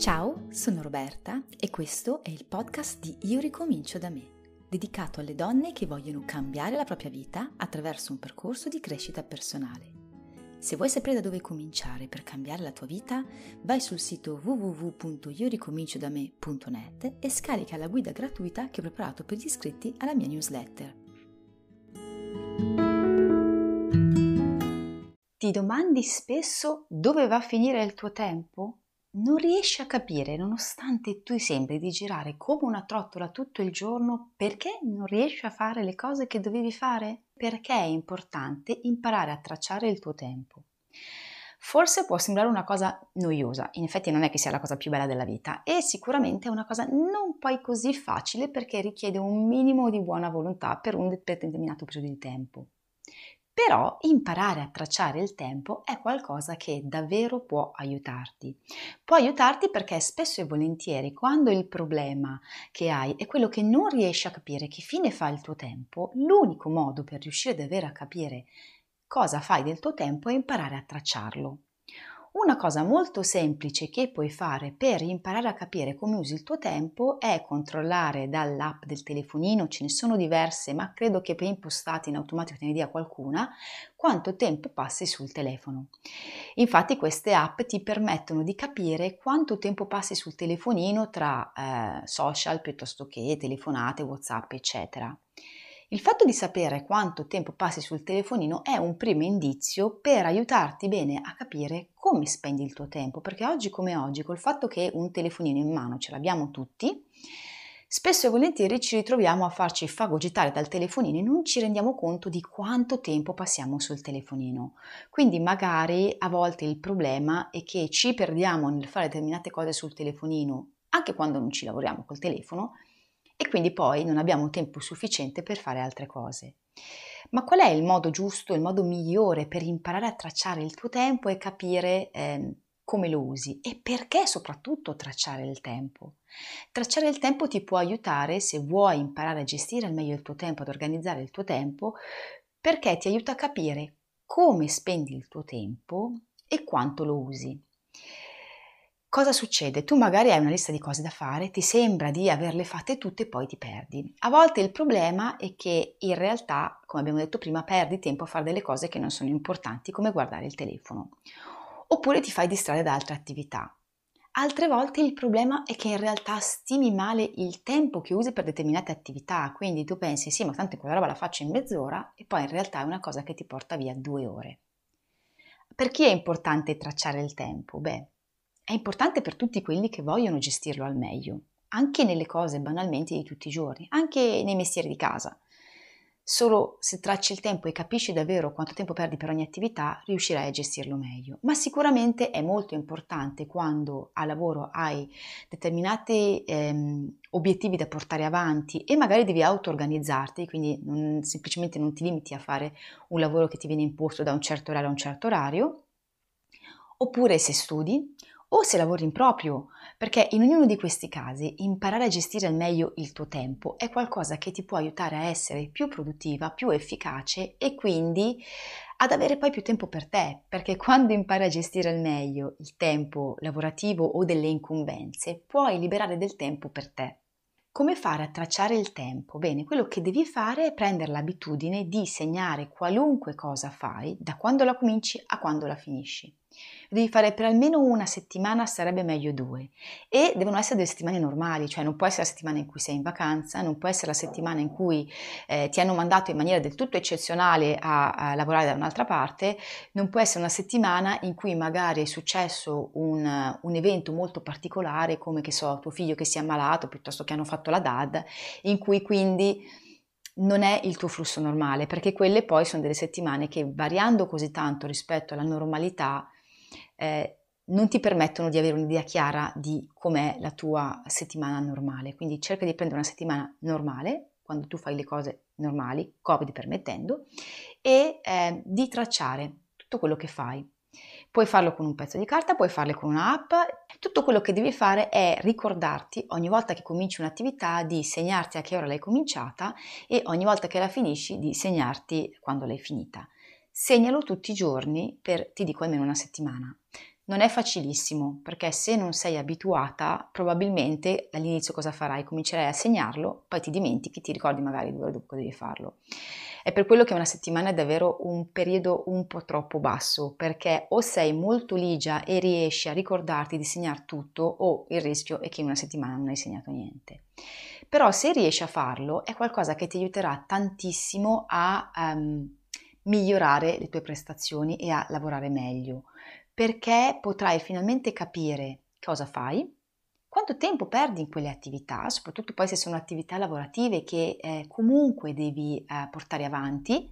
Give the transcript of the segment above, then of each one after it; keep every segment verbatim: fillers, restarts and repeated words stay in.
Ciao, sono Roberta e questo è il podcast di Io ricomincio da me, dedicato alle donne che vogliono cambiare la propria vita attraverso un percorso di crescita personale. Se vuoi sapere da dove cominciare per cambiare la tua vita, vai sul sito w w w punto io ricomincio da me punto net e scarica la guida gratuita che ho preparato per gli iscritti alla mia newsletter. Ti domandi spesso dove va a finire il tuo tempo? Non riesci a capire, nonostante tu sembri di girare come una trottola tutto il giorno, perché non riesci a fare le cose che dovevi fare? Perché è importante imparare a tracciare il tuo tempo. Forse può sembrare una cosa noiosa, in effetti non è che sia la cosa più bella della vita e sicuramente è una cosa non poi così facile perché richiede un minimo di buona volontà per un determinato periodo di tempo. Però imparare a tracciare il tempo è qualcosa che davvero può aiutarti. Può aiutarti perché spesso e volentieri quando il problema che hai è quello che non riesci a capire che fine fa il tuo tempo, l'unico modo per riuscire davvero a capire cosa fai del tuo tempo è imparare a tracciarlo. Una cosa molto semplice che puoi fare per imparare a capire come usi il tuo tempo è controllare dall'app del telefonino, ce ne sono diverse, ma credo che per impostati in automatico te ne dia qualcuna, quanto tempo passi sul telefono. Infatti queste app ti permettono di capire quanto tempo passi sul telefonino tra eh, social piuttosto che telefonate, WhatsApp, eccetera. Il fatto di sapere quanto tempo passi sul telefonino è un primo indizio per aiutarti bene a capire come spendi il tuo tempo, perché oggi come oggi, col fatto che un telefonino in mano ce l'abbiamo tutti, spesso e volentieri ci ritroviamo a farci fagocitare dal telefonino e non ci rendiamo conto di quanto tempo passiamo sul telefonino. Quindi magari a volte il problema è che ci perdiamo nel fare determinate cose sul telefonino, anche quando non ci lavoriamo col telefono, e quindi poi non abbiamo tempo sufficiente per fare altre cose. Ma qual è il modo giusto, il modo migliore per imparare a tracciare il tuo tempo e capire eh, come lo usi e perché soprattutto tracciare il tempo? Tracciare il tempo ti può aiutare se vuoi imparare a gestire al meglio il tuo tempo, ad organizzare il tuo tempo, perché ti aiuta a capire come spendi il tuo tempo e quanto lo usi. Cosa succede? Tu magari hai una lista di cose da fare, ti sembra di averle fatte tutte e poi ti perdi. A volte il problema è che in realtà, come abbiamo detto prima, perdi tempo a fare delle cose che non sono importanti, come guardare il telefono. Oppure ti fai distrarre da altre attività. Altre volte il problema è che in realtà stimi male il tempo che usi per determinate attività, quindi tu pensi sì, ma tanto quella roba la faccio in mezz'ora e poi in realtà è una cosa che ti porta via due ore. Per chi è importante tracciare il tempo? Beh, è importante per tutti quelli che vogliono gestirlo al meglio, anche nelle cose banalmente di tutti i giorni, anche nei mestieri di casa. Solo se tracci il tempo e capisci davvero quanto tempo perdi per ogni attività, riuscirai a gestirlo meglio. Ma sicuramente è molto importante quando a lavoro hai determinati ehm, obiettivi da portare avanti e magari devi auto-organizzarti, quindi non, semplicemente non ti limiti a fare un lavoro che ti viene imposto da un certo orario a un certo orario, oppure se studi, o se lavori in proprio, perché in ognuno di questi casi imparare a gestire al meglio il tuo tempo è qualcosa che ti può aiutare a essere più produttiva, più efficace e quindi ad avere poi più tempo per te, perché quando impari a gestire al meglio il tempo lavorativo o delle incombenze, puoi liberare del tempo per te. Come fare a tracciare il tempo? Bene, quello che devi fare è prendere l'abitudine di segnare qualunque cosa fai, da quando la cominci a quando la finisci. Devi fare per almeno una settimana, sarebbe meglio due, e devono essere delle settimane normali, cioè non può essere la settimana in cui sei in vacanza, non può essere la settimana in cui eh, ti hanno mandato in maniera del tutto eccezionale a, a lavorare da un'altra parte, non può essere una settimana in cui magari è successo un, un evento molto particolare, come che so, tuo figlio che si è ammalato, piuttosto che hanno fatto la D A D, in cui quindi non è il tuo flusso normale, perché quelle poi sono delle settimane che variando così tanto rispetto alla normalità eh, non ti permettono di avere un'idea chiara di com'è la tua settimana normale. Quindi cerca di prendere una settimana normale, quando tu fai le cose normali, Covid permettendo, e eh, di tracciare tutto quello che fai. Puoi farlo con un pezzo di carta, puoi farlo con un'app, tutto quello che devi fare è ricordarti ogni volta che cominci un'attività di segnarti a che ora l'hai cominciata e ogni volta che la finisci di segnarti quando l'hai finita. Segnalo tutti i giorni per, ti dico, almeno una settimana. Non è facilissimo, perché se non sei abituata, probabilmente all'inizio cosa farai? Comincerai a segnarlo, poi ti dimentichi, ti ricordi magari due ore dopo che devi farlo. È per quello che una settimana è davvero un periodo un po' troppo basso, perché o sei molto ligia e riesci a ricordarti di segnare tutto, o il rischio è che in una settimana non hai segnato niente. Però se riesci a farlo, è qualcosa che ti aiuterà tantissimo a um, migliorare le tue prestazioni e a lavorare meglio, perché potrai finalmente capire cosa fai, quanto tempo perdi in quelle attività, soprattutto poi se sono attività lavorative che eh, comunque devi eh, portare avanti,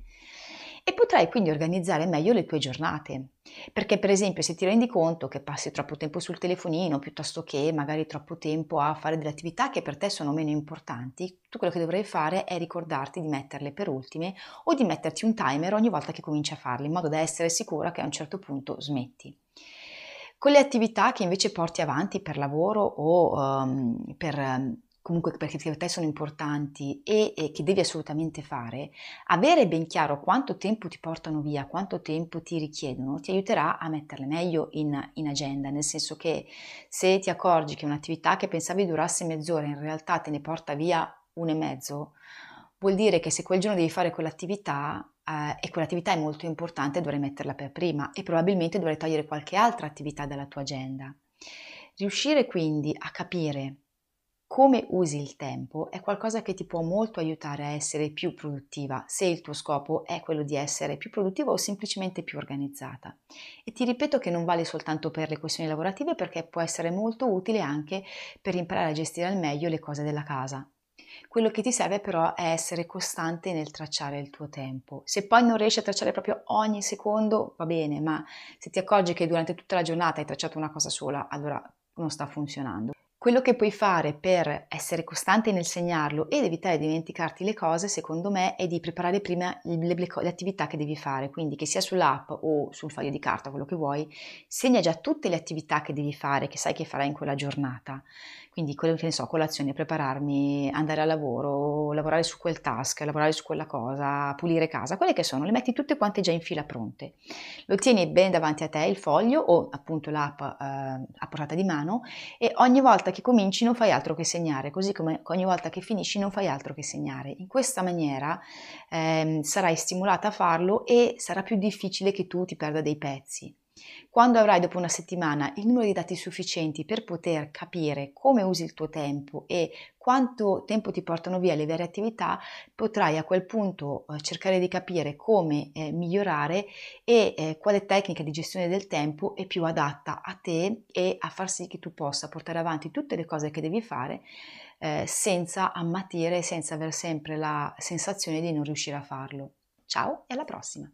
e potrai quindi organizzare meglio le tue giornate. Perché per esempio se ti rendi conto che passi troppo tempo sul telefonino piuttosto che magari troppo tempo a fare delle attività che per te sono meno importanti, tu quello che dovrai fare è ricordarti di metterle per ultime o di metterti un timer ogni volta che cominci a farle, in modo da essere sicura che a un certo punto smetti. Con le attività che invece porti avanti per lavoro o um, per, um, comunque perché per te sono importanti e, e che devi assolutamente fare, avere ben chiaro quanto tempo ti portano via, quanto tempo ti richiedono, ti aiuterà a metterle meglio in, in agenda, nel senso che se ti accorgi che un'attività che pensavi durasse mezz'ora in realtà te ne porta via un e mezzo, vuol dire che se quel giorno devi fare quell'attività eh, e quell'attività è molto importante, dovrai metterla per prima e probabilmente dovrai togliere qualche altra attività dalla tua agenda. Riuscire quindi a capire come usi il tempo è qualcosa che ti può molto aiutare a essere più produttiva, se il tuo scopo è quello di essere più produttiva o semplicemente più organizzata. E ti ripeto che non vale soltanto per le questioni lavorative, perché può essere molto utile anche per imparare a gestire al meglio le cose della casa. Quello che ti serve però è essere costante nel tracciare il tuo tempo. Se poi non riesci a tracciare proprio ogni secondo, va bene, ma se ti accorgi che durante tutta la giornata hai tracciato una cosa sola, allora non sta funzionando. Quello che puoi fare per essere costante nel segnarlo ed evitare di dimenticarti le cose, secondo me, è di preparare prima le, le, le attività che devi fare, quindi che sia sull'app o sul foglio di carta, quello che vuoi, segna già tutte le attività che devi fare, che sai che farai in quella giornata. Quindi, quello che ne so, colazione, prepararmi, andare al lavoro, lavorare su quel task, lavorare su quella cosa, pulire casa, quelle che sono, le metti tutte quante già in fila pronte. Lo tieni bene davanti a te il foglio o appunto l'app eh, a portata di mano, e ogni volta che cominci non fai altro che segnare, così come ogni volta che finisci non fai altro che segnare. In questa maniera ehm, sarai stimolata a farlo e sarà più difficile che tu ti perda dei pezzi. Quando avrai dopo una settimana il numero di dati sufficienti per poter capire come usi il tuo tempo e quanto tempo ti portano via le vere attività, potrai a quel punto eh, cercare di capire come eh, migliorare e eh, quale tecnica di gestione del tempo è più adatta a te e a far sì che tu possa portare avanti tutte le cose che devi fare eh, senza ammatire, senza avere sempre la sensazione di non riuscire a farlo. Ciao e alla prossima!